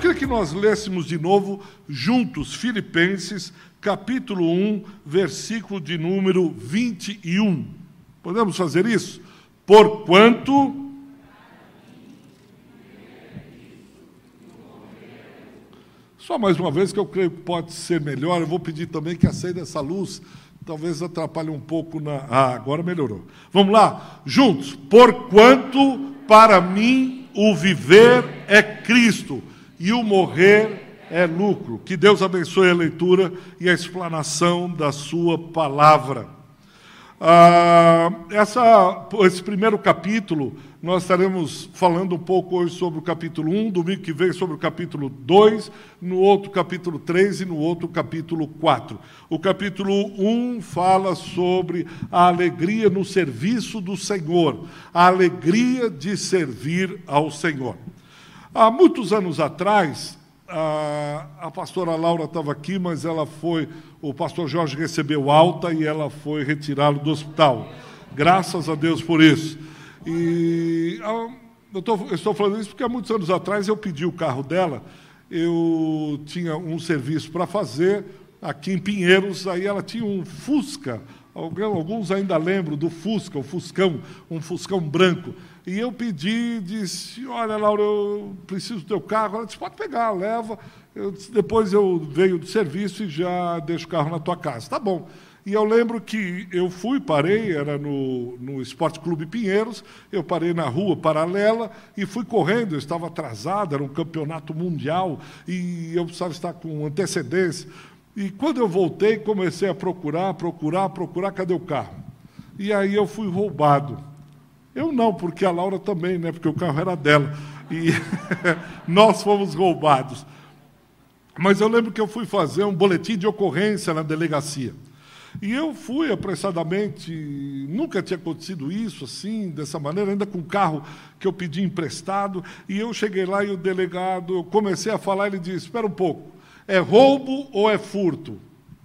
queria que nós lêssemos de novo juntos Filipenses, capítulo 1, versículo de número 21. Podemos fazer isso? Porquanto... Só mais uma vez, que eu creio que pode ser melhor, eu vou pedir também que acenda essa luz, talvez atrapalhe um pouco na... agora melhorou. Vamos lá, juntos. Porquanto para mim o viver é Cristo e o morrer é lucro. Que Deus abençoe a leitura e a explanação da sua palavra. Esse primeiro capítulo, nós estaremos falando um pouco hoje sobre o capítulo 1, domingo que vem sobre o capítulo 2, no outro capítulo 3 e no outro capítulo 4. O capítulo 1 fala sobre a alegria no serviço do Senhor, a alegria de servir ao Senhor. Há muitos anos atrás, a pastora Laura estava aqui, mas o pastor Jorge recebeu alta e ela foi retirá-lo do hospital. Graças a Deus por isso. E eu estou falando isso porque há muitos anos atrás eu pedi o carro dela, eu tinha um serviço para fazer aqui em Pinheiros, aí ela tinha um Fusca, alguns ainda lembram do Fusca, um Fuscão branco. E eu pedi, disse, olha, Laura, eu preciso do teu carro. Ela disse, pode pegar, leva. Depois eu venho do serviço e já deixo o carro na tua casa. Tá bom. E eu lembro que eu parei, era no Esporte Clube Pinheiros, eu parei na rua paralela e fui correndo, eu estava atrasado, era um campeonato mundial e eu precisava estar com antecedência. E quando eu voltei, comecei a procurar, cadê o carro? E aí eu fui roubado. Eu não, porque a Laura também, né? Porque o carro era dela. E nós fomos roubados. Mas eu lembro que eu fui fazer um boletim de ocorrência na delegacia. E eu fui apressadamente, nunca tinha acontecido isso assim, dessa maneira, ainda com o carro que eu pedi emprestado. E eu cheguei lá e o delegado, eu comecei a falar, ele disse, espera um pouco, é roubo ou é furto?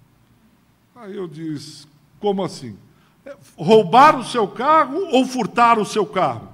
Aí eu disse, como assim? Roubar o seu carro ou furtar o seu carro?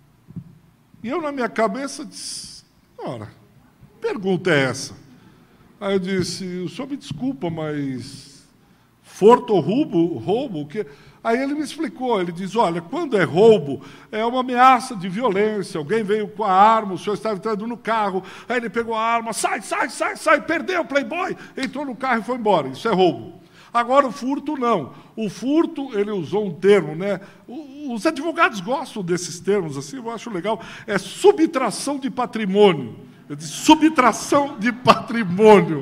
E eu, na minha cabeça, disse, ora, pergunta é essa? Aí eu disse, o senhor me desculpa, mas furto ou roubo? O quê? Aí ele me explicou, ele diz, olha, quando é roubo, é uma ameaça de violência, alguém veio com a arma, o senhor estava entrando no carro, aí ele pegou a arma, sai, perdeu o Playboy, entrou no carro e foi embora, isso é roubo. Agora o furto não. O furto, ele usou um termo, né? Os advogados gostam desses termos, assim, eu acho legal. É subtração de patrimônio. Eu disse, subtração de patrimônio.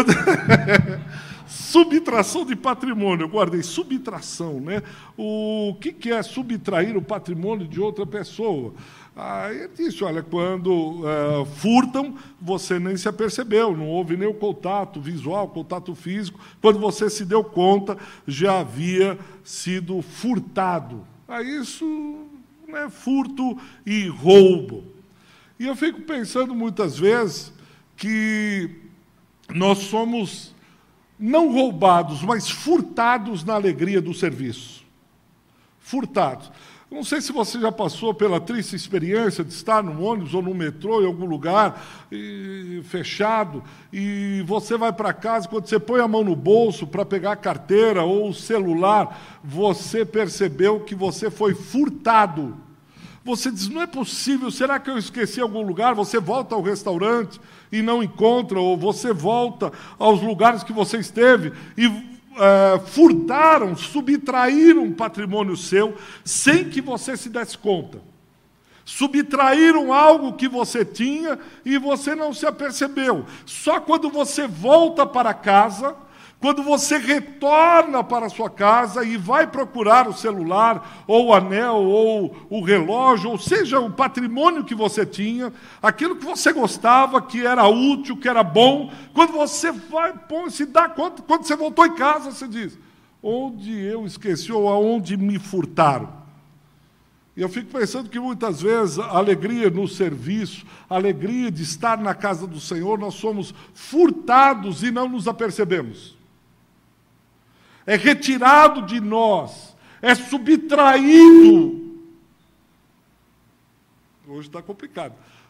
Subtração de patrimônio, eu guardei subtração, né? O que é subtrair o patrimônio de outra pessoa? Aí ele disse, olha, quando furtam, você nem se apercebeu, não houve nem o contato visual, contato físico, quando você se deu conta, já havia sido furtado. Aí isso é furto e roubo. E eu fico pensando muitas vezes que nós somos não roubados, mas furtados na alegria do serviço. Furtados. Não sei se você já passou pela triste experiência de estar num ônibus ou no metrô, em algum lugar fechado, e você vai para casa, quando você põe a mão no bolso para pegar a carteira ou o celular, você percebeu que você foi furtado. Você diz, não é possível, será que eu esqueci em algum lugar? Você volta ao restaurante e não encontra, ou você volta aos lugares que você esteve e furtaram, subtraíram patrimônio seu sem que você se desse conta. Subtraíram algo que você tinha e você não se apercebeu. Só quando você volta para casa, quando você retorna para a sua casa e vai procurar o celular, ou o anel, ou o relógio, ou seja, o patrimônio que você tinha, aquilo que você gostava, que era útil, que era bom, quando você se dá conta, quando você voltou em casa, você diz, onde eu esqueci ou aonde me furtaram? E eu fico pensando que muitas vezes a alegria no serviço, a alegria de estar na casa do Senhor, nós somos furtados e não nos apercebemos. É retirado de nós, é subtraído. Hoje está complicado.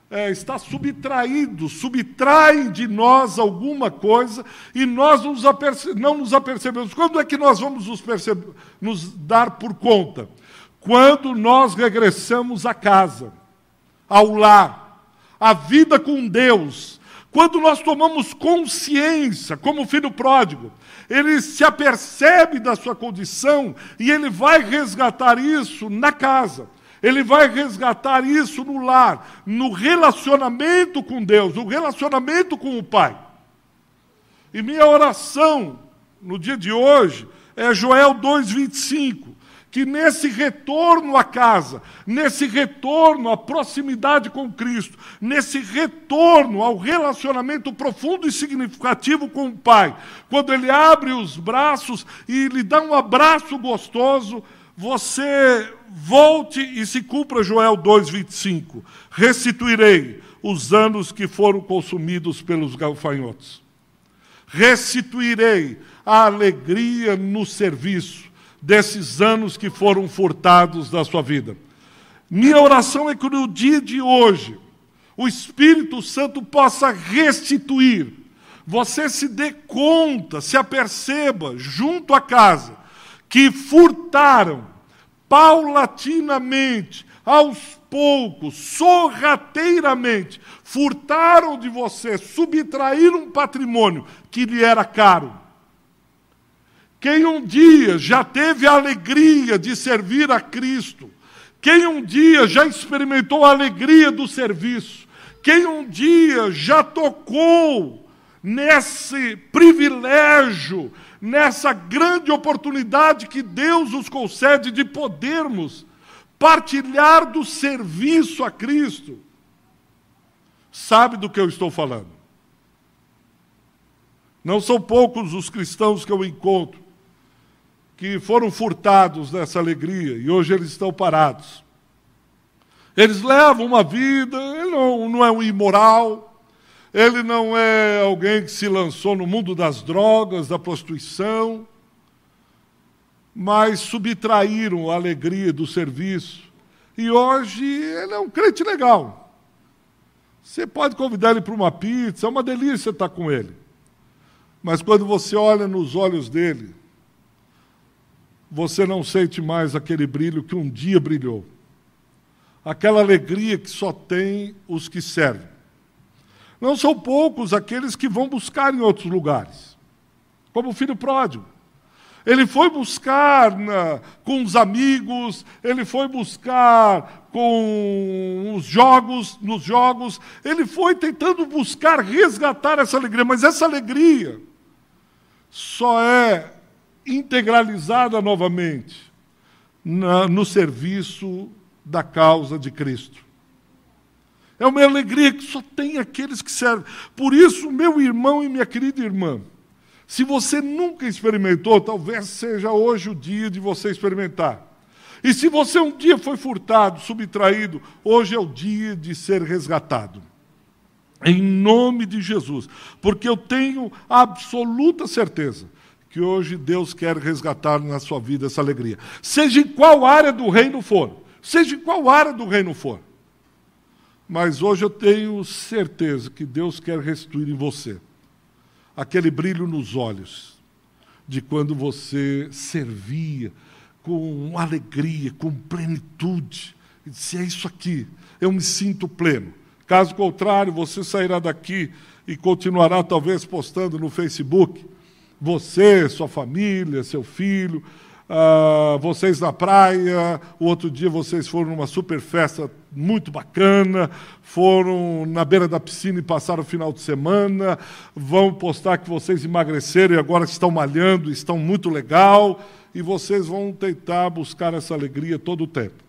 está subtraído, subtraem de nós alguma coisa e nós não nos apercebemos. Quando é que nós vamos nos dar por conta? Quando nós regressamos à casa, ao lar, à vida com Deus. Quando nós tomamos consciência, como o filho pródigo, ele se apercebe da sua condição e ele vai resgatar isso na casa. Ele vai resgatar isso no lar, no relacionamento com Deus, no relacionamento com o Pai. E minha oração no dia de hoje é Joel 2:25, que nesse retorno à casa, nesse retorno à proximidade com Cristo, nesse retorno ao relacionamento profundo e significativo com o Pai, quando Ele abre os braços e lhe dá um abraço gostoso, você volte e se cumpra Joel 2:25. Restituirei os anos que foram consumidos pelos gafanhotos. Restituirei a alegria no serviço desses anos que foram furtados da sua vida. Minha oração é que no dia de hoje, o Espírito Santo possa restituir. Você se dê conta, se aperceba, junto à casa, que furtaram paulatinamente, aos poucos, sorrateiramente, furtaram de você, subtraíram um patrimônio que lhe era caro. Quem um dia já teve a alegria de servir a Cristo, quem um dia já experimentou a alegria do serviço, quem um dia já tocou nesse privilégio, nessa grande oportunidade que Deus nos concede de podermos partilhar do serviço a Cristo, sabe do que eu estou falando. Não são poucos os cristãos que eu encontro que foram furtados dessa alegria e hoje eles estão parados. Eles levam uma vida, ele não é um imoral, ele não é alguém que se lançou no mundo das drogas, da prostituição, mas subtraíram a alegria do serviço. E hoje ele é um crente legal. Você pode convidar ele para uma pizza, é uma delícia estar com ele. Mas quando você olha nos olhos dele, você não sente mais aquele brilho que um dia brilhou. Aquela alegria que só tem os que servem. Não são poucos aqueles que vão buscar em outros lugares, como o filho pródigo. Ele foi buscar com os amigos, ele foi buscar com os jogos, nos jogos, ele foi tentando buscar resgatar essa alegria, mas essa alegria só é integralizada novamente no serviço da causa de Cristo. É uma alegria que só tem aqueles que servem. Por isso, meu irmão e minha querida irmã, se você nunca experimentou, talvez seja hoje o dia de você experimentar. E se você um dia foi furtado, subtraído, hoje é o dia de ser resgatado. Em nome de Jesus. Porque eu tenho absoluta certeza que hoje Deus quer resgatar na sua vida essa alegria. Seja em qual área do reino for. Seja em qual área do reino for. Mas hoje eu tenho certeza que Deus quer restituir em você aquele brilho nos olhos de quando você servia com alegria, com plenitude. E disse, é isso aqui, eu me sinto pleno. Caso contrário, você sairá daqui e continuará talvez postando no Facebook, você, sua família, seu filho, vocês na praia, o outro dia vocês foram numa super festa muito bacana, foram na beira da piscina e passaram o final de semana, vão postar que vocês emagreceram e agora estão malhando, estão muito legal, e vocês vão tentar buscar essa alegria todo o tempo.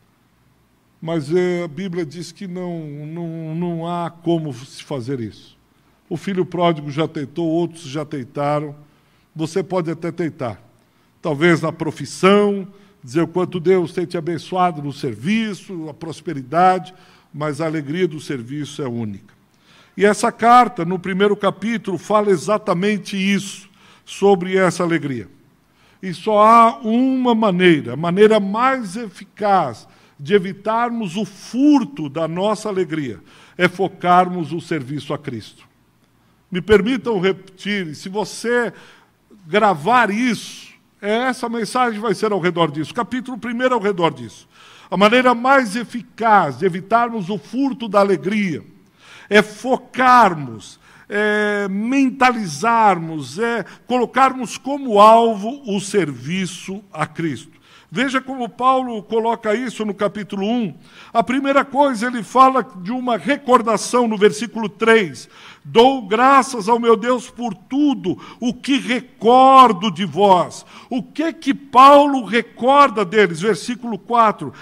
Mas a Bíblia diz que não há como se fazer isso. O filho pródigo já tentou, outros já tentaram, você pode até tentar. Talvez na profissão, dizer o quanto Deus tem te abençoado no serviço, a prosperidade, mas a alegria do serviço é única. E essa carta, no primeiro capítulo, fala exatamente isso, sobre essa alegria. E só há uma maneira, a maneira mais eficaz de evitarmos o furto da nossa alegria é focarmos o serviço a Cristo. Me permitam repetir, se você gravar isso, essa mensagem vai ser ao redor disso. Capítulo 1 é ao redor disso. A maneira mais eficaz de evitarmos o furto da alegria é focarmos, mentalizarmos, colocarmos como alvo o serviço a Cristo. Veja como Paulo coloca isso no capítulo 1. A primeira coisa, ele fala de uma recordação no versículo 3. Dou graças ao meu Deus por tudo o que recordo de vós. O que Paulo recorda deles? Versículo 4.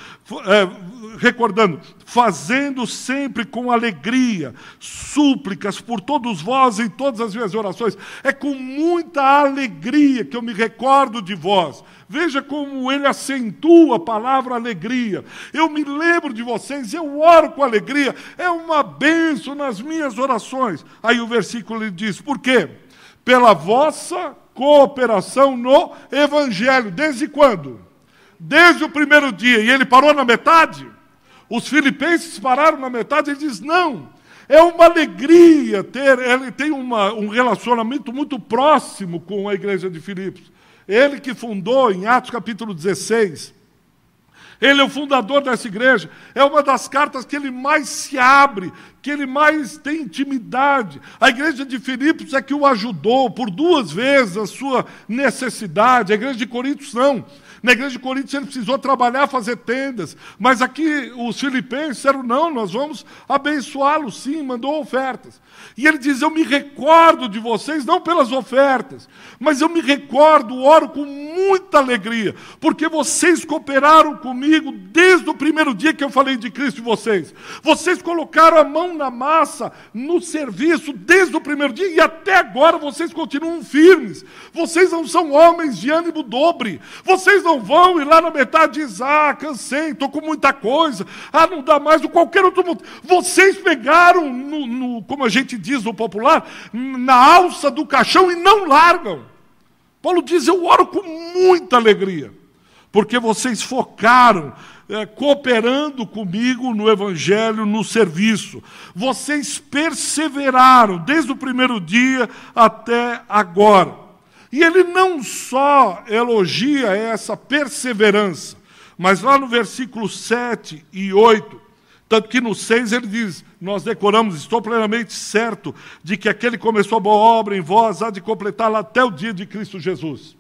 Recordando, fazendo sempre com alegria, súplicas por todos vós em todas as minhas orações. É com muita alegria que eu me recordo de vós. Veja como ele acentua a palavra alegria. Eu me lembro de vocês, eu oro com alegria. É uma bênção nas minhas orações. Aí o versículo ele diz, por quê? Pela vossa cooperação no Evangelho. Desde quando? Desde o primeiro dia. E ele parou na metade? Os filipenses pararam na metade? Ele diz, não. É uma alegria ele tem um relacionamento muito próximo com a igreja de Filipos. Ele que fundou em Atos capítulo 16, ele é o fundador dessa igreja, é uma das cartas que ele mais se abre, que ele mais tem intimidade. A igreja de Filipos é que o ajudou por 2 vezes a sua necessidade, a igreja de Coríntios não. Na igreja de Coríntios ele precisou trabalhar, fazer tendas, mas aqui os filipenses disseram, não, nós vamos abençoá-lo sim, mandou ofertas. E ele diz, eu me recordo de vocês, não pelas ofertas, mas eu me recordo, oro com muita alegria, porque vocês cooperaram comigo desde o primeiro dia que eu falei de Cristo em vocês. Vocês colocaram a mão na massa, no serviço, desde o primeiro dia, e até agora vocês continuam firmes. Vocês não são homens de ânimo dobre. Vocês não vão ir lá na metade e dizer, cansei, estou com muita coisa, não dá mais, ou qualquer outro motivo. Vocês pegaram, como a gente diz no popular, na alça do caixão e não largam. Paulo diz, eu oro com muita alegria, porque vocês focaram, cooperando comigo no Evangelho, no serviço. Vocês perseveraram desde o primeiro dia até agora. E ele não só elogia essa perseverança, mas lá no versículo 7 e 8, tanto que no 6 ele diz, nós decoramos, estou plenamente certo de que aquele que começou a boa obra em vós há de completá-la até o dia de Cristo Jesus.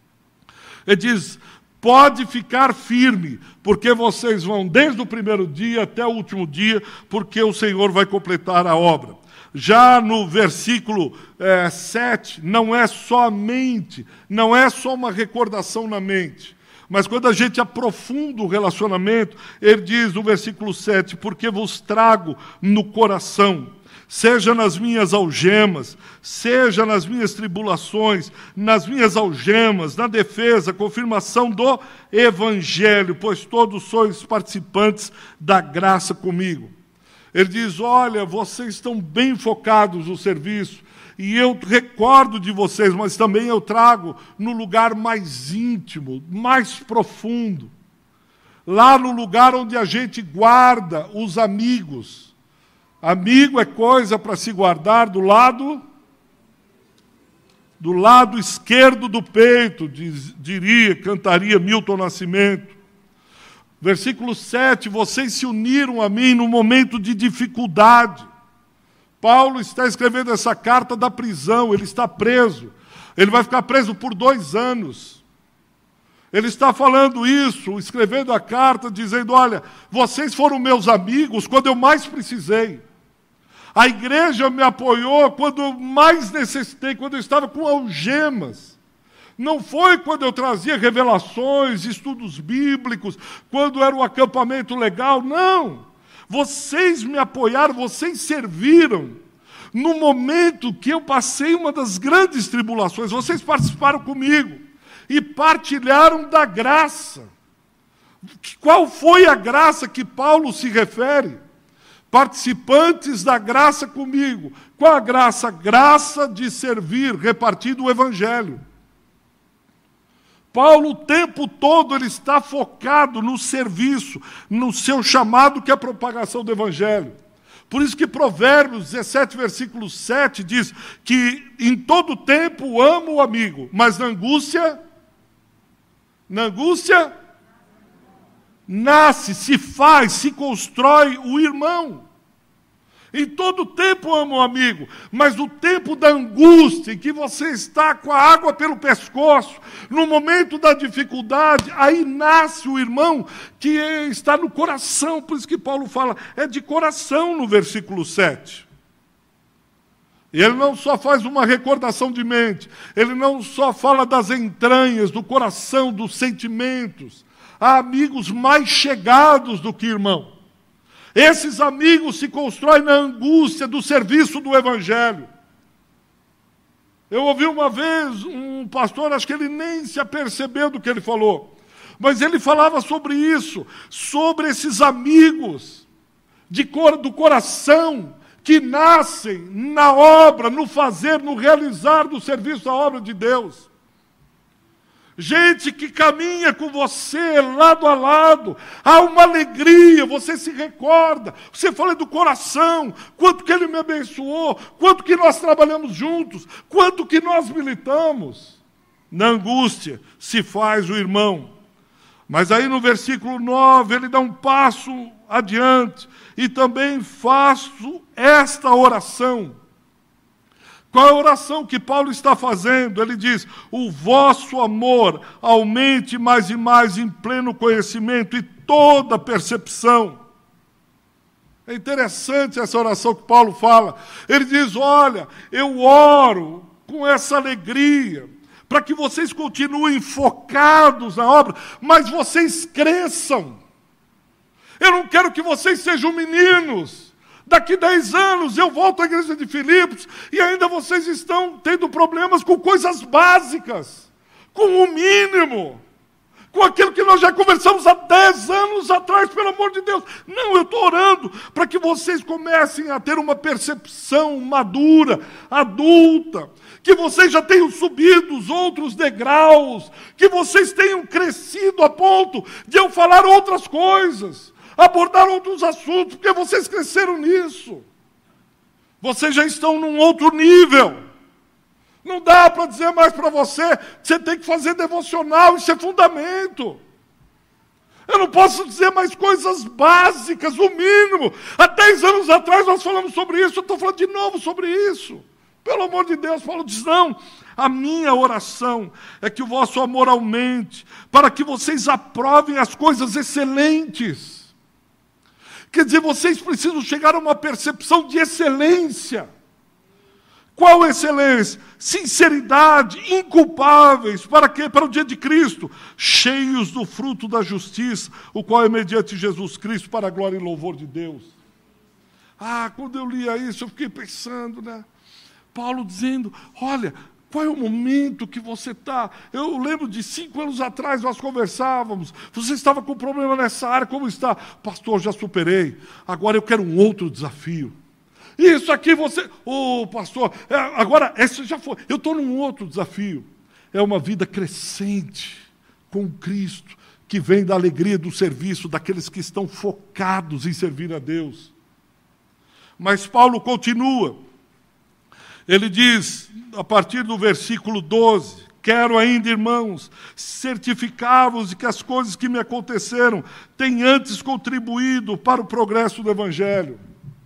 Ele diz, pode ficar firme, porque vocês vão desde o primeiro dia até o último dia, porque o Senhor vai completar a obra. Já no versículo 7, não é só uma recordação na mente, mas quando a gente aprofunda o relacionamento, ele diz no versículo 7, porque vos trago no coração, seja nas minhas algemas, seja nas minhas tribulações, nas minhas algemas, na defesa, confirmação do Evangelho, pois todos sois participantes da graça comigo. Ele diz, olha, vocês estão bem focados no serviço, e eu recordo de vocês, mas também eu trago no lugar mais íntimo, mais profundo, lá no lugar onde a gente guarda os amigos. Amigo é coisa para se guardar do lado esquerdo do peito, cantaria Milton Nascimento. Versículo 7, vocês se uniram a mim no momento de dificuldade. Paulo está escrevendo essa carta da prisão, ele está preso. Ele vai ficar preso por 2 anos. Ele está falando isso, escrevendo a carta, dizendo, olha, vocês foram meus amigos quando eu mais precisei. A igreja me apoiou quando eu mais necessitei, quando eu estava com algemas. Não foi quando eu trazia revelações, estudos bíblicos, quando era um acampamento legal, não. Vocês me apoiaram, vocês serviram. No momento que eu passei uma das grandes tribulações, vocês participaram comigo e partilharam da graça. Qual foi a graça que Paulo se refere? Participantes da graça comigo. Qual a graça? Graça de servir, repartindo o Evangelho. Paulo, o tempo todo, ele está focado no serviço, no seu chamado, que é a propagação do Evangelho. Por isso que Provérbios 17, versículo 7, diz que em todo tempo amo o amigo, mas na angústia nasce, se faz, se constrói o irmão. Em todo tempo amo o amigo, mas o tempo da angústia, em que você está com a água pelo pescoço, no momento da dificuldade, aí nasce o irmão que está no coração. Por isso que Paulo fala, é de coração no versículo 7. Ele não só faz uma recordação de mente, ele não só fala das entranhas, do coração, dos sentimentos. Há amigos mais chegados do que irmão. Esses amigos se constroem na angústia do serviço do Evangelho. Eu ouvi uma vez um pastor, acho que ele nem se apercebeu do que ele falou, mas ele falava sobre isso, sobre esses amigos do coração que nascem na obra, no fazer, no realizar do serviço da obra de Deus. Gente que caminha com você lado a lado, há uma alegria, você se recorda, você fala do coração, quanto que ele me abençoou, quanto que nós trabalhamos juntos, quanto que nós militamos. Na angústia se faz o irmão. Mas aí no versículo 9 ele dá um passo adiante, e também faço esta oração. Qual é a oração que Paulo está fazendo? Ele diz, o vosso amor aumente mais e mais em pleno conhecimento e toda percepção. É interessante essa oração que Paulo fala. Ele diz, olha, eu oro com essa alegria, para que vocês continuem focados na obra, mas vocês cresçam. Eu não quero que vocês sejam meninos. Daqui 10 anos eu volto à igreja de Filipos e ainda vocês estão tendo problemas com coisas básicas, com o mínimo, com aquilo que nós já conversamos há 10 anos atrás, pelo amor de Deus. Não, eu estou orando para que vocês comecem a ter uma percepção madura, adulta, que vocês já tenham subido os outros degraus, que vocês tenham crescido a ponto de eu falar outras coisas, abordar outros assuntos, porque vocês cresceram nisso. Vocês já estão num outro nível. Não dá para dizer mais para você, você tem que fazer devocional, isso é fundamento. Eu não posso dizer mais coisas básicas, o mínimo. Há 10 anos atrás nós falamos sobre isso, eu estou falando de novo sobre isso. Pelo amor de Deus, Paulo diz, não, a minha oração é que o vosso amor aumente, para que vocês aprovem as coisas excelentes. Quer dizer, vocês precisam chegar a uma percepção de excelência. Qual excelência? Sinceridade, inculpáveis. Para quê? Para o dia de Cristo, cheios do fruto da justiça, o qual é mediante Jesus Cristo, para a glória e louvor de Deus. Quando eu lia isso, eu fiquei pensando, né? Paulo dizendo, olha, qual é o momento que você está? Eu lembro de 5 anos atrás, nós conversávamos, você estava com problema nessa área, como está? Pastor, já superei, agora eu quero um outro desafio. Isso aqui você... pastor, agora esse já foi, eu estou num outro desafio. É uma vida crescente com Cristo, que vem da alegria do serviço, daqueles que estão focados em servir a Deus. Mas Paulo continua. Ele diz, a partir do versículo 12, quero ainda, irmãos, certificar-vos de que as coisas que me aconteceram têm antes contribuído para o progresso do Evangelho.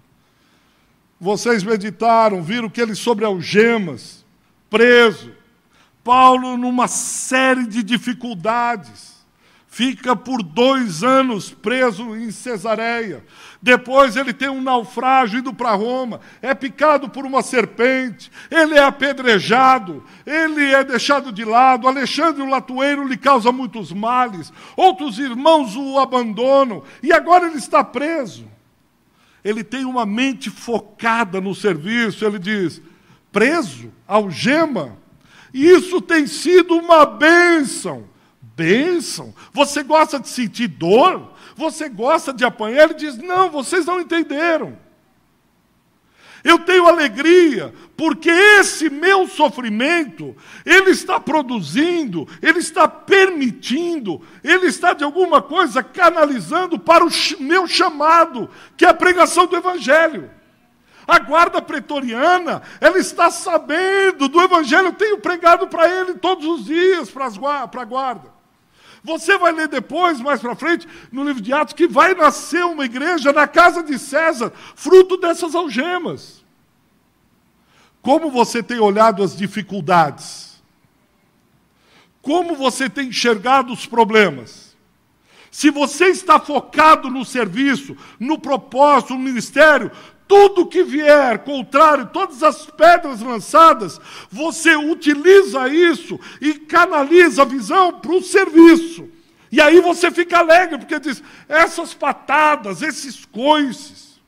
Vocês meditaram, viram que ele sobre algemas, preso. Paulo, numa série de dificuldades, fica por 2 anos preso em Cesareia. Depois ele tem um naufrágio indo para Roma, é picado por uma serpente, ele é apedrejado, ele é deixado de lado, Alexandre o Latueiro lhe causa muitos males, outros irmãos o abandonam, e agora ele está preso. Ele tem uma mente focada no serviço, ele diz, preso, algema, e isso tem sido uma bênção. Bênção? Você gosta de sentir dor? Você gosta de apanhar? Ele diz, não, vocês não entenderam. Eu tenho alegria, porque esse meu sofrimento, ele está produzindo, ele está permitindo, ele está de alguma coisa canalizando para o meu chamado, que é a pregação do Evangelho. A guarda pretoriana, ela está sabendo do Evangelho, eu tenho pregado para ele todos os dias, para a guarda. Você vai ler depois, mais para frente, no livro de Atos, que vai nascer uma igreja na casa de César, fruto dessas algemas. Como você tem olhado as dificuldades? Como você tem enxergado os problemas? Se você está focado no serviço, no propósito, no ministério, tudo que vier contrário, todas as pedras lançadas, você utiliza isso e canaliza a visão para o serviço. E aí você fica alegre, porque diz, essas patadas, esses coices,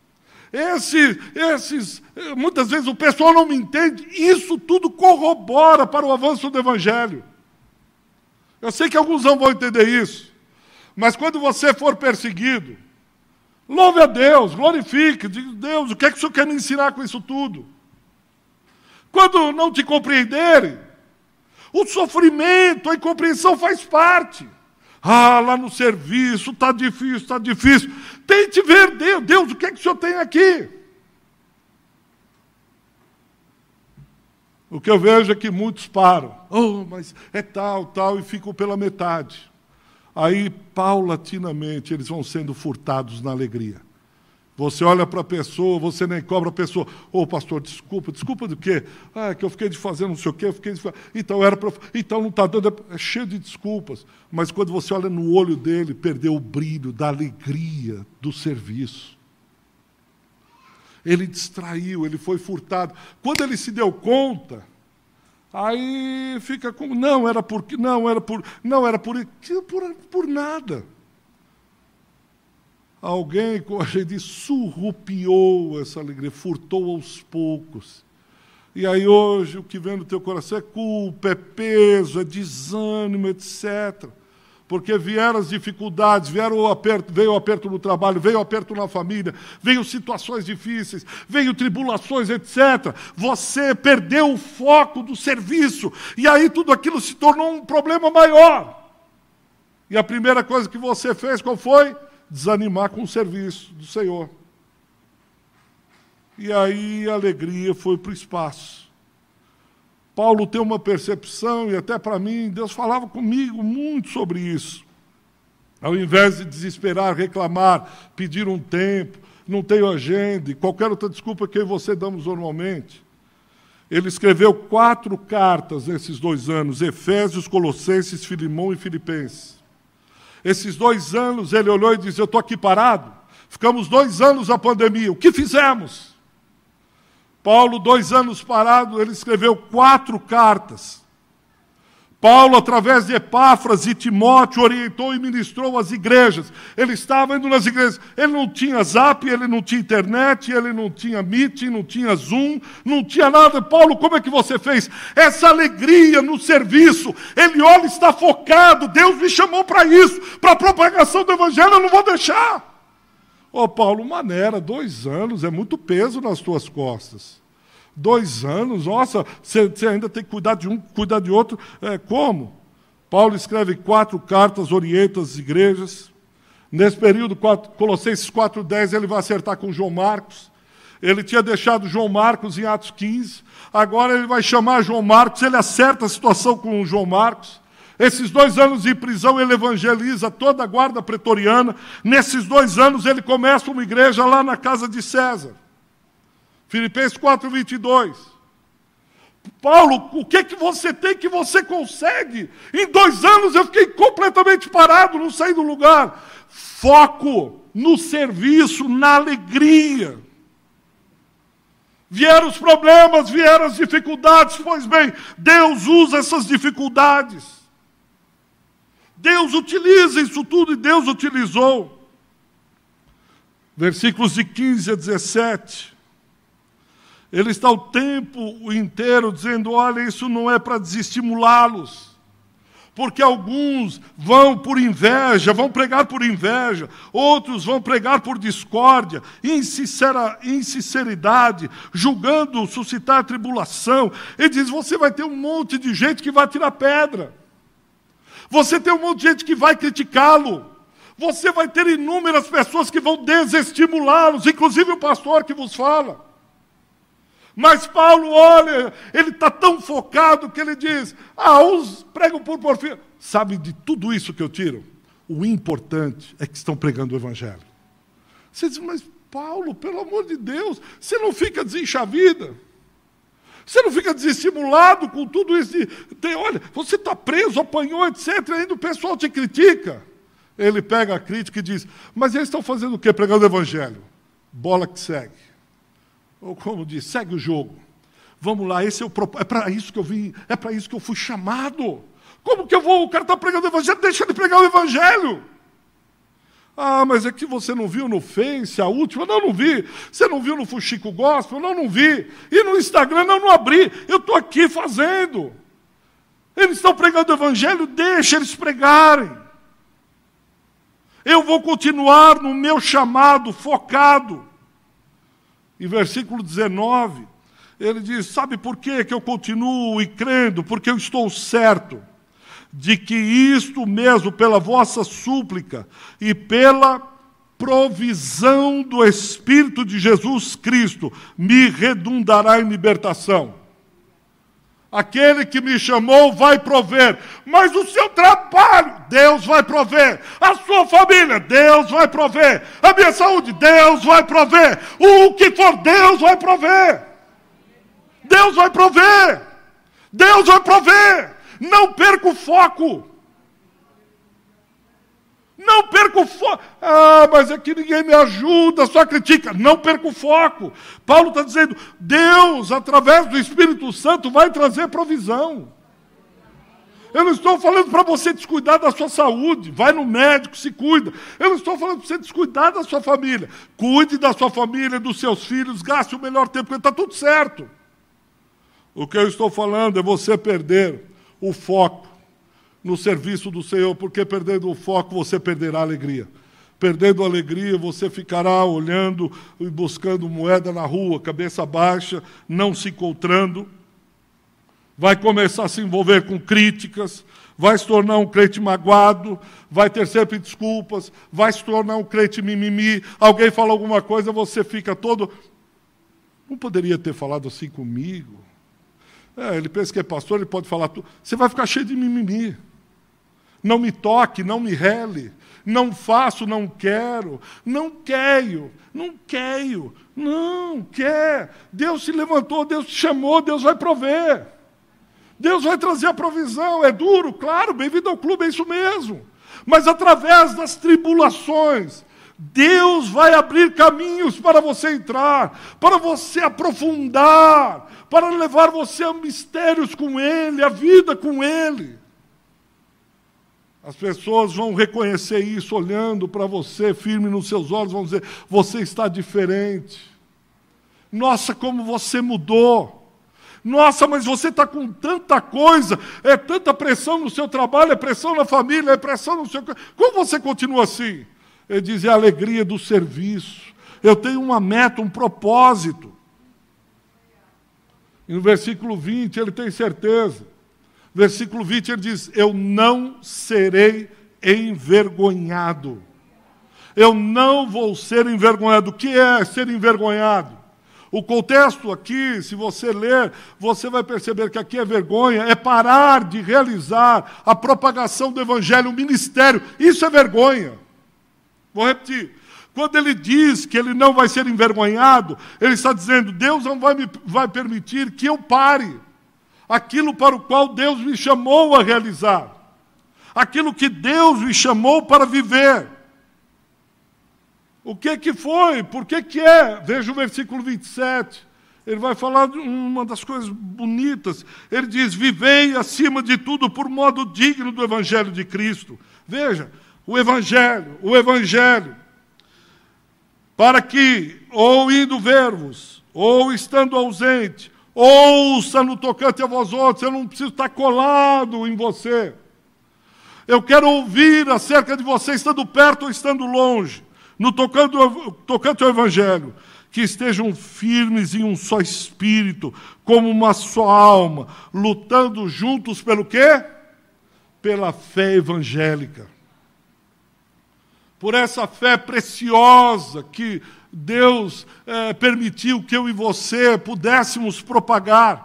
muitas vezes o pessoal não me entende, isso tudo corrobora para o avanço do Evangelho. Eu sei que alguns não vão entender isso, mas quando você for perseguido, louve a Deus, glorifique, diga, Deus, o que é que o Senhor quer me ensinar com isso tudo? Quando não te compreenderem, o sofrimento, a incompreensão faz parte. Lá no serviço, está difícil. Tente ver Deus, o que é que o Senhor tem aqui? O que eu vejo é que muitos param. Mas é tal, e ficam pela metade. Aí, paulatinamente, eles vão sendo furtados na alegria. Você olha para a pessoa, você nem cobra a pessoa. Pastor, desculpa do quê? Que eu fiquei de fazer não sei o quê, então não está dando, é cheio de desculpas. Mas quando você olha no olho dele, perdeu o brilho da alegria do serviço. Ele distraiu, ele foi furtado. Quando ele se deu conta, aí fica como, não era por nada. Alguém, como a gente diz, surrupiou essa alegria, furtou aos poucos. E aí hoje o que vem no teu coração é culpa, é peso, é desânimo, etc. Porque vieram as dificuldades, veio o aperto no trabalho, veio o aperto na família, veio situações difíceis, veio tribulações, etc. Você perdeu o foco do serviço, e aí tudo aquilo se tornou um problema maior. E a primeira coisa que você fez, qual foi? Desanimar com o serviço do Senhor. E aí a alegria foi para o espaço. Paulo tem uma percepção, e até para mim, Deus falava comigo muito sobre isso. Ao invés de desesperar, reclamar, pedir um tempo, não tenho agenda, e qualquer outra desculpa que eu e você damos normalmente, ele escreveu 4 cartas nesses 2 anos, Efésios, Colossenses, Filemão e Filipenses. Esses 2 anos ele olhou e disse, eu estou aqui parado, ficamos 2 anos na pandemia, o que fizemos? Paulo, 2 anos parado, ele escreveu 4 cartas. Paulo, através de Epáfras e Timóteo, orientou e ministrou as igrejas. Ele estava indo nas igrejas. Ele não tinha Zap, ele não tinha internet, ele não tinha Meet, não tinha Zoom, não tinha nada. Paulo, como é que você fez? Essa alegria no serviço. Ele olha e está focado. Deus me chamou para isso, para a propagação do Evangelho, eu não vou deixar. Paulo, maneira, 2 anos, é muito peso nas tuas costas. 2 anos, nossa, você ainda tem que cuidar de um, cuidar de outro. Como? Paulo escreve 4 cartas, orienta as igrejas. Nesse período, Colossenses 4:10, ele vai acertar com João Marcos. Ele tinha deixado João Marcos em Atos 15. Agora ele vai chamar João Marcos, ele acerta a situação com João Marcos. Esses 2 anos de prisão, ele evangeliza toda a guarda pretoriana. Nesses 2 anos, ele começa uma igreja lá na casa de César. Filipenses 4:22. Paulo, o que você tem que você consegue? Em 2 anos eu fiquei completamente parado, não saí do lugar. Foco no serviço, na alegria. Vieram os problemas, vieram as dificuldades, pois bem, Deus usa essas dificuldades. Deus utiliza isso tudo e Deus utilizou. Versículos de 15 a 17. Ele está o tempo inteiro dizendo, olha, isso não é para desestimulá-los. Porque alguns vão por inveja, vão pregar por inveja, outros vão pregar por discórdia, insinceridade, julgando suscitar tribulação. Ele diz, você vai ter um monte de gente que vai tirar pedra. Você tem um monte de gente que vai criticá-lo. Você vai ter inúmeras pessoas que vão desestimulá-los, inclusive o pastor que vos fala. Mas Paulo, olha, ele está tão focado que ele diz, uns pregam por porfia. Sabe de tudo isso que eu tiro? O importante é que estão pregando o Evangelho. Você diz, mas Paulo, pelo amor de Deus, você não fica desenchavido? Você não fica desestimulado com tudo isso? Olha, você está preso, apanhou, etc. E ainda o pessoal te critica. Ele pega a crítica e diz, mas eles estão fazendo o quê? Pregando o Evangelho. Bola que segue. Ou como diz, segue o jogo. Vamos lá, esse é o propósito. É para isso que eu vim, é para isso que eu fui chamado. Como que eu vou? O cara está pregando o Evangelho, deixa ele pregar o Evangelho. Mas é que você não viu no Face, a última? Não vi. Você não viu no Fuxico Gospel? Não vi. E no Instagram? Não abri. Eu estou aqui fazendo. Eles estão pregando o Evangelho, deixa eles pregarem. Eu vou continuar no meu chamado, focado. Em versículo 19, ele diz, sabe por quê que eu continuo crendo? Porque eu estou certo de que isto mesmo, pela vossa súplica e pela provisão do Espírito de Jesus Cristo, me redundará em libertação. Aquele que me chamou vai prover, mas o seu trabalho, Deus vai prover. A sua família, Deus vai prover. A minha saúde, Deus vai prover. O que for, Deus vai prover. Deus vai prover. Deus vai prover. Não perca o foco. Não perca o foco. Mas é que ninguém me ajuda, só critica. Não perca o foco. Paulo está dizendo, Deus, através do Espírito Santo, vai trazer provisão. Eu não estou falando para você descuidar da sua saúde. Vai no médico, se cuida. Eu não estou falando para você descuidar da sua família. Cuide da sua família, dos seus filhos, gaste o melhor tempo, porque está tudo certo. O que eu estou falando é você perder o foco no serviço do Senhor, porque perdendo o foco você perderá a alegria. Perdendo a alegria você ficará olhando e buscando moeda na rua, cabeça baixa, não se encontrando. Vai começar a se envolver com críticas, vai se tornar um crente magoado, vai ter sempre desculpas, vai se tornar um crente mimimi. Alguém fala alguma coisa, você fica todo... Não poderia ter falado assim comigo? Ele pensa que é pastor, ele pode falar tudo. Você vai ficar cheio de mimimi. Não me toque, não me rele, não faço, não quero, não quero, não quero, não quer. Deus se levantou, Deus te chamou, Deus vai prover. Deus vai trazer a provisão. É duro, claro, bem-vindo ao clube, é isso mesmo. Mas através das tribulações, Deus vai abrir caminhos para você entrar, para você aprofundar, para levar você a mistérios com Ele, a vida com Ele. As pessoas vão reconhecer isso olhando para você, firme nos seus olhos, vão dizer, você está diferente. Nossa, como você mudou. Nossa, mas você está com tanta coisa, é tanta pressão no seu trabalho, é pressão na família, é pressão no seu... Como você continua assim? Ele diz, é a alegria do serviço. Eu tenho uma meta, um propósito. E no versículo 20, ele tem certeza. Versículo 20, ele diz, eu não serei envergonhado. Eu não vou ser envergonhado. O que é ser envergonhado? O contexto aqui, se você ler, você vai perceber que aqui é vergonha, é parar de realizar a propagação do Evangelho, o ministério. Isso é vergonha. Vou repetir. Quando ele diz que ele não vai ser envergonhado, ele está dizendo, Deus não vai permitir que eu pare aquilo para o qual Deus me chamou a realizar, aquilo que Deus me chamou para viver. O que foi? Por que é? Veja o versículo 27. Ele vai falar de uma das coisas bonitas. Ele diz, vivei acima de tudo por modo digno do Evangelho de Cristo. Veja, o Evangelho, para que, ou indo ver-vos, ou estando ausente, ouça no tocante a vós outros. Eu não preciso estar colado em você. Eu quero ouvir acerca de você, estando perto ou estando longe, no tocante ao Evangelho. Que estejam firmes em um só espírito, como uma só alma, lutando juntos pelo quê? Pela fé evangélica. Por essa fé preciosa que Deus permitiu que eu e você pudéssemos propagar.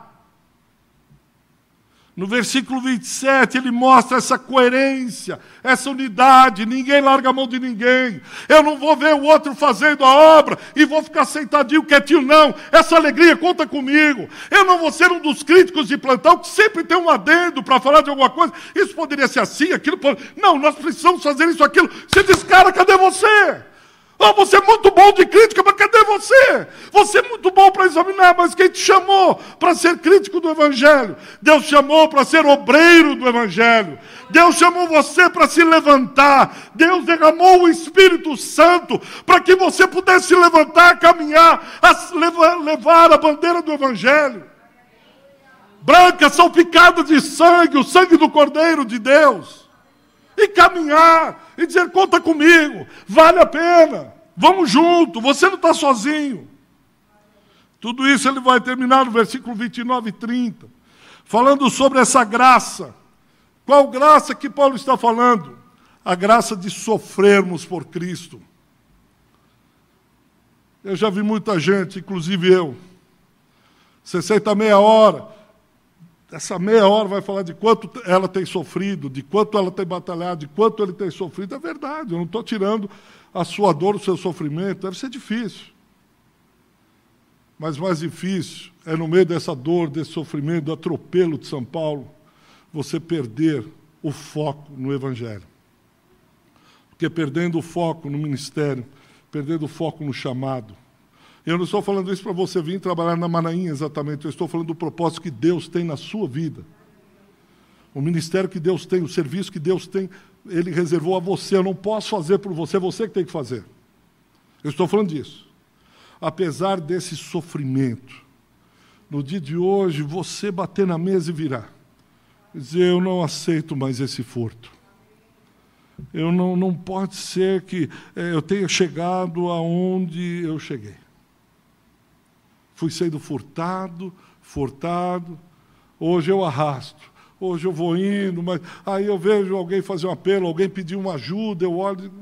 No versículo 27, ele mostra essa coerência, essa unidade, ninguém larga a mão de ninguém. Eu não vou ver o outro fazendo a obra e vou ficar sentadinho, quietinho, não. Essa alegria conta comigo. Eu não vou ser um dos críticos de plantão que sempre tem um adendo para falar de alguma coisa. Isso poderia ser assim, aquilo poderia... Não, nós precisamos fazer isso, aquilo. Você diz, cara, cadê você? Oh, você é muito bom de crítica, mas cadê você? Você é muito bom para examinar, mas quem te chamou para ser crítico do Evangelho? Deus chamou para ser obreiro do Evangelho. Deus chamou você para se levantar. Deus derramou o Espírito Santo para que você pudesse se levantar, caminhar, levar a bandeira do Evangelho. Branca, salpicada de sangue, o sangue do Cordeiro de Deus. E caminhar, e dizer, conta comigo, vale a pena, vamos junto, você não está sozinho. Tudo isso ele vai terminar no versículo 29 e 30, falando sobre essa graça. Qual graça que Paulo está falando? A graça de sofrermos por Cristo. Eu já vi muita gente, inclusive eu, você senta meia hora, essa meia hora vai falar de quanto ela tem sofrido, de quanto ela tem batalhado, de quanto ele tem sofrido. É verdade, eu não estou tirando a sua dor, o seu sofrimento. Deve ser difícil. Mas mais difícil é, no meio dessa dor, desse sofrimento, do atropelo de São Paulo, você perder o foco no Evangelho. Porque perdendo o foco no ministério, perdendo o foco no chamado, eu não estou falando isso para você vir trabalhar na Manaim exatamente, eu estou falando do propósito que Deus tem na sua vida. O ministério que Deus tem, o serviço que Deus tem, Ele reservou a você. Eu não posso fazer por você, é você que tem que fazer. Eu estou falando disso. Apesar desse sofrimento, no dia de hoje, você bater na mesa e virar. Dizer, eu não aceito mais esse furto. Não pode ser que eu tenha chegado aonde eu cheguei. Fui sendo furtado, hoje eu arrasto, hoje eu vou indo, mas aí eu vejo alguém fazer um apelo, alguém pedir uma ajuda, eu olho e digo,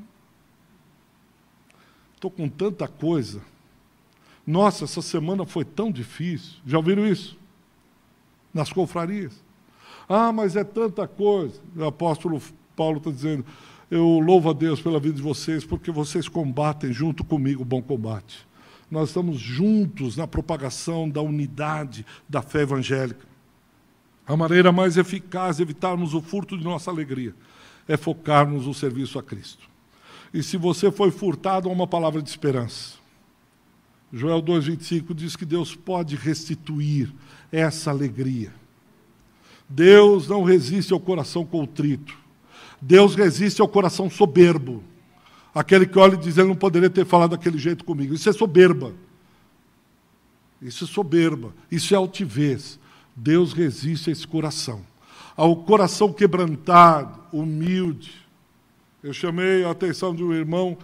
estou com tanta coisa. Nossa, essa semana foi tão difícil. Já ouviram isso? Nas confrarias. Ah, mas é tanta coisa. O apóstolo Paulo está dizendo, eu louvo a Deus pela vida de vocês, porque vocês combatem junto comigo o bom combate. Nós estamos juntos na propagação da unidade da fé evangélica. A maneira mais eficaz de evitarmos o furto de nossa alegria é focarmos no serviço a Cristo. E se você foi furtado, há uma palavra de esperança. Joel 2,25 diz que Deus pode restituir essa alegria. Deus não resiste ao coração contrito. Deus resiste ao coração soberbo. Aquele que olha e diz, ele não poderia ter falado daquele jeito comigo. Isso é soberba. Isso é soberba. Isso é altivez. Deus resiste a esse coração. Ao coração quebrantado, humilde. Eu chamei a atenção de um irmão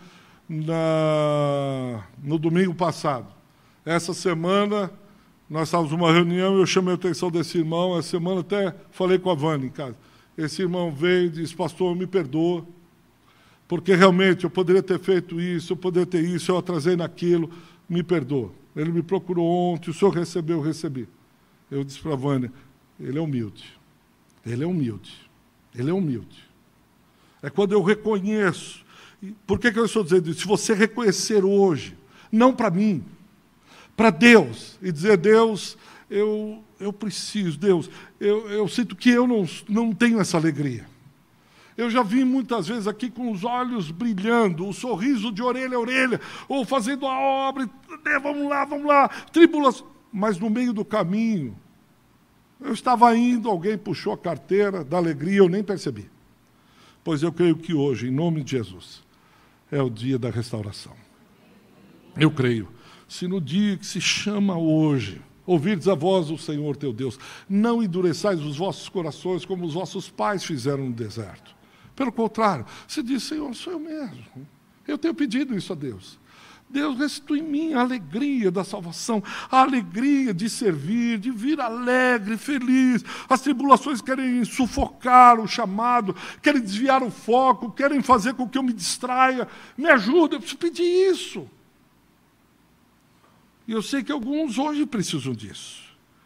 no domingo passado. Essa semana, nós estávamos numa reunião e eu chamei a atenção desse irmão. Essa semana até falei com a Vânia em casa. Esse irmão veio e disse, pastor, me perdoa. Porque realmente eu poderia ter feito isso, eu poderia ter isso, eu atrasei naquilo, me perdoa. Ele me procurou ontem, o senhor recebeu, eu recebi. Eu disse para a Vânia, ele é humilde. Ele é humilde. Ele é humilde. É quando eu reconheço. Por que eu estou dizendo isso? Se você reconhecer hoje, não para mim, para Deus, e dizer, Deus, eu preciso, Deus, eu sinto que eu não tenho essa alegria. Eu já vi muitas vezes aqui com os olhos brilhando, o sorriso de orelha a orelha, ou fazendo a obra, vamos lá, tribulação. Mas no meio do caminho, eu estava indo, alguém puxou a carteira da alegria, eu nem percebi. Pois eu creio que hoje, em nome de Jesus, é o dia da restauração. Eu creio. Se no dia que se chama hoje, ouvirdes a voz do Senhor teu Deus, não endureçais os vossos corações como os vossos pais fizeram no deserto. Pelo contrário, você diz, Senhor, sou eu mesmo. Eu tenho pedido isso a Deus. Deus, restitui em mim a alegria da salvação, a alegria de servir, de vir alegre, feliz. As tribulações querem sufocar o chamado, querem desviar o foco, querem fazer com que eu me distraia. Me ajuda, eu preciso pedir isso. E eu sei que alguns hoje precisam disso.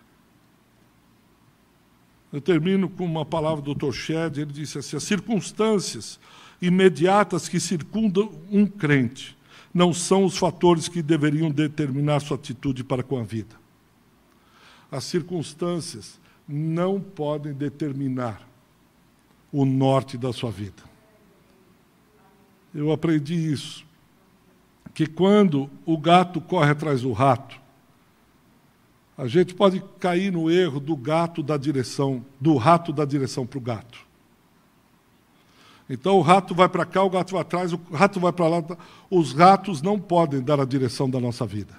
Eu termino com uma palavra do Dr. Shedd, ele disse assim, as circunstâncias imediatas que circundam um crente não são os fatores que deveriam determinar sua atitude para com a vida. As circunstâncias não podem determinar o norte da sua vida. Eu aprendi isso, que quando o gato corre atrás do rato, a gente pode cair no erro do rato da direção para o gato. Então o rato vai para cá, o gato vai atrás, o rato vai para lá. Os ratos não podem dar a direção da nossa vida.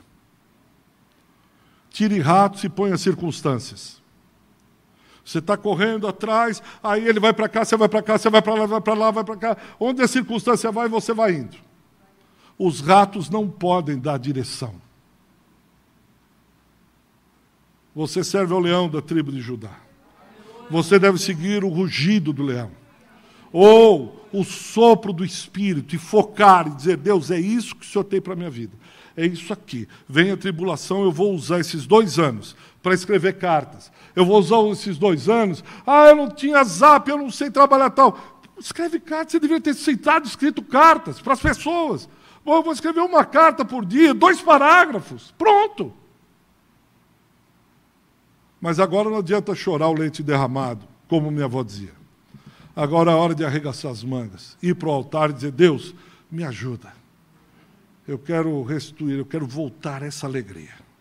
Tire ratos e ponha circunstâncias. Você está correndo atrás, aí ele vai para cá, você vai para cá, você vai para lá, vai para lá, vai para cá. Onde a circunstância vai, você vai indo. Os ratos não podem dar direção. Você serve ao leão da tribo de Judá. Você deve seguir o rugido do leão. Ou o sopro do Espírito, e focar e dizer, Deus, é isso que o Senhor tem para a minha vida. É isso aqui. Vem a tribulação, eu vou usar esses 2 anos para escrever cartas. Eu vou usar esses 2 anos, eu não tinha zap, eu não sei trabalhar tal. Escreve cartas, você deveria ter sentado e escrito cartas para as pessoas. Bom, eu vou escrever uma carta por dia, 2 parágrafos, pronto. Mas agora não adianta chorar o leite derramado, como minha avó dizia. Agora é a hora de arregaçar as mangas, ir para o altar e dizer, Deus, me ajuda. Eu quero restituir, eu quero voltar essa alegria.